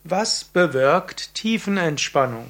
Was bewirkt Tiefenentspannung?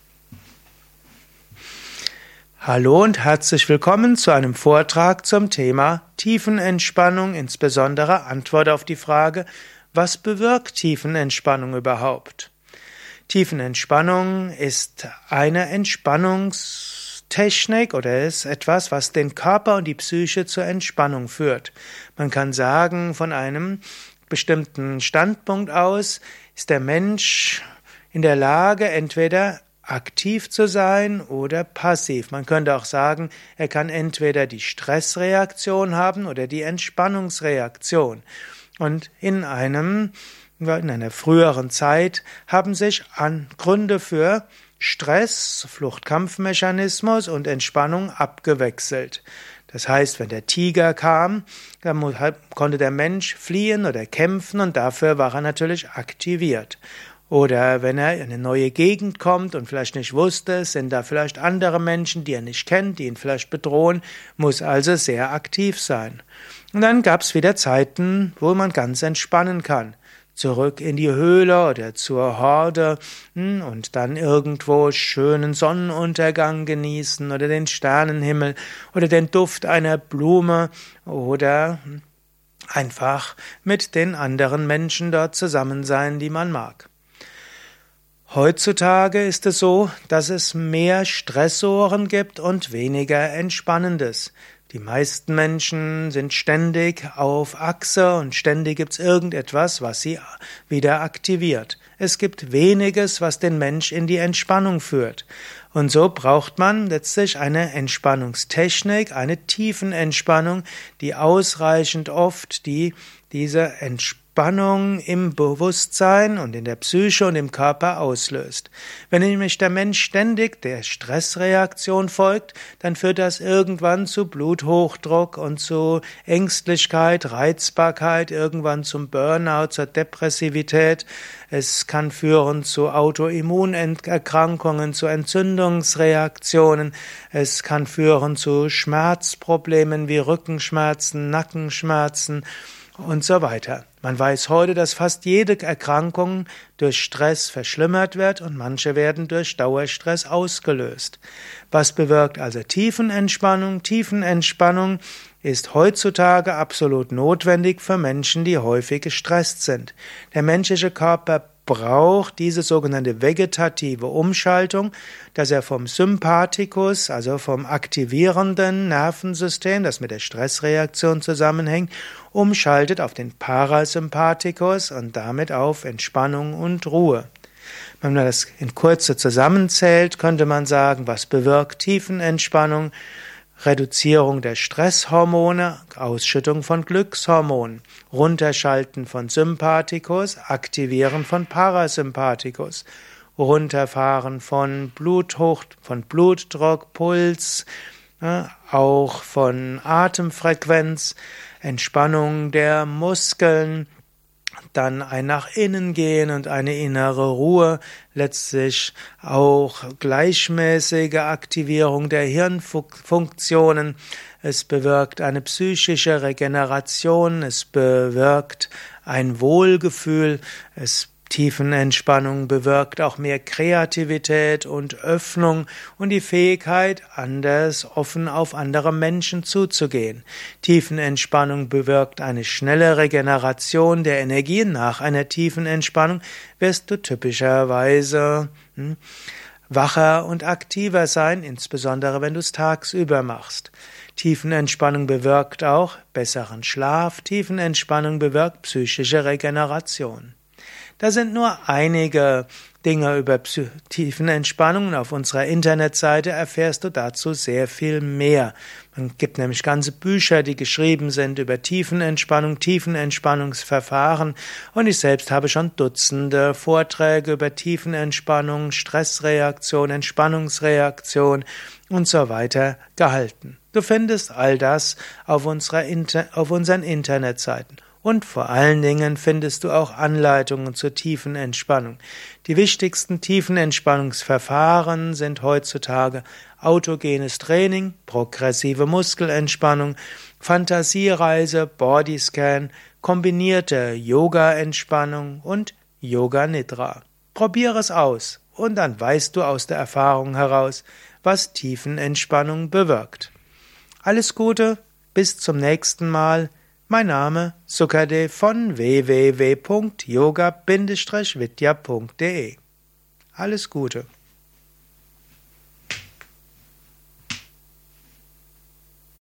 Hallo und herzlich willkommen zu einem Vortrag zum Thema Tiefenentspannung, insbesondere Antwort auf die Frage, was bewirkt Tiefenentspannung überhaupt? Tiefenentspannung ist eine Entspannungstechnik oder ist etwas, was den Körper und die Psyche zur Entspannung führt. Man kann sagen, von einem bestimmten Standpunkt aus ist der Mensch in der Lage, entweder aktiv zu sein oder passiv. Man könnte auch sagen, er kann entweder die Stressreaktion haben oder die Entspannungsreaktion. Und in einer früheren Zeit haben sich Gründe für Stress, Fluchtkampfmechanismus und Entspannung abgewechselt. Das heißt, wenn der Tiger kam, dann konnte der Mensch fliehen oder kämpfen und dafür war er natürlich aktiviert. Oder wenn er in eine neue Gegend kommt und vielleicht nicht wusste, sind da vielleicht andere Menschen, die er nicht kennt, die ihn vielleicht bedrohen, muss also sehr aktiv sein. Und dann gab es wieder Zeiten, wo man ganz entspannen kann. Zurück in die Höhle oder zur Horde und dann irgendwo schönen Sonnenuntergang genießen oder den Sternenhimmel oder den Duft einer Blume oder einfach mit den anderen Menschen dort zusammen sein, die man mag. Heutzutage ist es so, dass es mehr Stressoren gibt und weniger Entspannendes. Die meisten Menschen sind ständig auf Achse und ständig gibt's irgendetwas, was sie wieder aktiviert. Es gibt weniges, was den Mensch in die Entspannung führt. Und so braucht man letztlich eine Entspannungstechnik, eine Tiefenentspannung, die ausreichend oft diese Entspannung im Bewusstsein und in der Psyche und im Körper auslöst. Wenn nämlich der Mensch ständig der Stressreaktion folgt, dann führt das irgendwann zu Bluthochdruck und zu Ängstlichkeit, Reizbarkeit, irgendwann zum Burnout, zur Depressivität. Es kann führen zu Autoimmunerkrankungen, zu Entzündungsreaktionen. Es kann führen zu Schmerzproblemen wie Rückenschmerzen, Nackenschmerzen und so weiter. Man weiß heute, dass fast jede Erkrankung durch Stress verschlimmert wird und manche werden durch Dauerstress ausgelöst. Was bewirkt also Tiefenentspannung? Tiefenentspannung ist heutzutage absolut notwendig für Menschen, die häufig gestresst sind. Der menschliche Körper braucht diese sogenannte vegetative Umschaltung, dass er vom Sympathikus, also vom aktivierenden Nervensystem, das mit der Stressreaktion zusammenhängt, umschaltet auf den Parasympathikus und damit auf Entspannung und Ruhe. Wenn man das in Kürze zusammenzählt, könnte man sagen, was bewirkt Tiefenentspannung? Reduzierung der Stresshormone, Ausschüttung von Glückshormonen, Runterschalten von Sympathikus, Aktivieren von Parasympathikus, Runterfahren von Blutdruck, Puls, auch von Atemfrequenz, Entspannung der Muskeln, dann ein nach innen gehen und eine innere Ruhe, letztlich auch gleichmäßige Aktivierung der Hirnfunktionen. Es bewirkt eine psychische Regeneration, es bewirkt ein Wohlgefühl, Tiefenentspannung bewirkt auch mehr Kreativität und Öffnung und die Fähigkeit, offen auf andere Menschen zuzugehen. Tiefenentspannung bewirkt eine schnelle Regeneration der Energie. Nach einer Tiefenentspannung wirst du typischerweise wacher und aktiver sein, insbesondere wenn du es tagsüber machst. Tiefenentspannung bewirkt auch besseren Schlaf. Tiefenentspannung bewirkt psychische Regeneration. Da sind nur einige Dinge über Tiefenentspannung. Auf unserer Internetseite erfährst du dazu sehr viel mehr. Man gibt nämlich ganze Bücher, die geschrieben sind über Tiefenentspannung, Tiefenentspannungsverfahren. Und ich selbst habe schon Dutzende Vorträge über Tiefenentspannung, Stressreaktion, Entspannungsreaktion und so weiter gehalten. Du findest all das auf unseren Internetseiten. Und vor allen Dingen findest du auch Anleitungen zur tiefen Entspannung. Die wichtigsten tiefen Entspannungsverfahren sind heutzutage autogenes Training, progressive Muskelentspannung, Fantasiereise, Bodyscan, kombinierte Yoga-Entspannung und Yoga Nidra. Probiere es aus und dann weißt du aus der Erfahrung heraus, was Tiefenentspannung bewirkt. Alles Gute, bis zum nächsten Mal. Mein Name Sukadev von www.yoga-vidya.de. Alles Gute.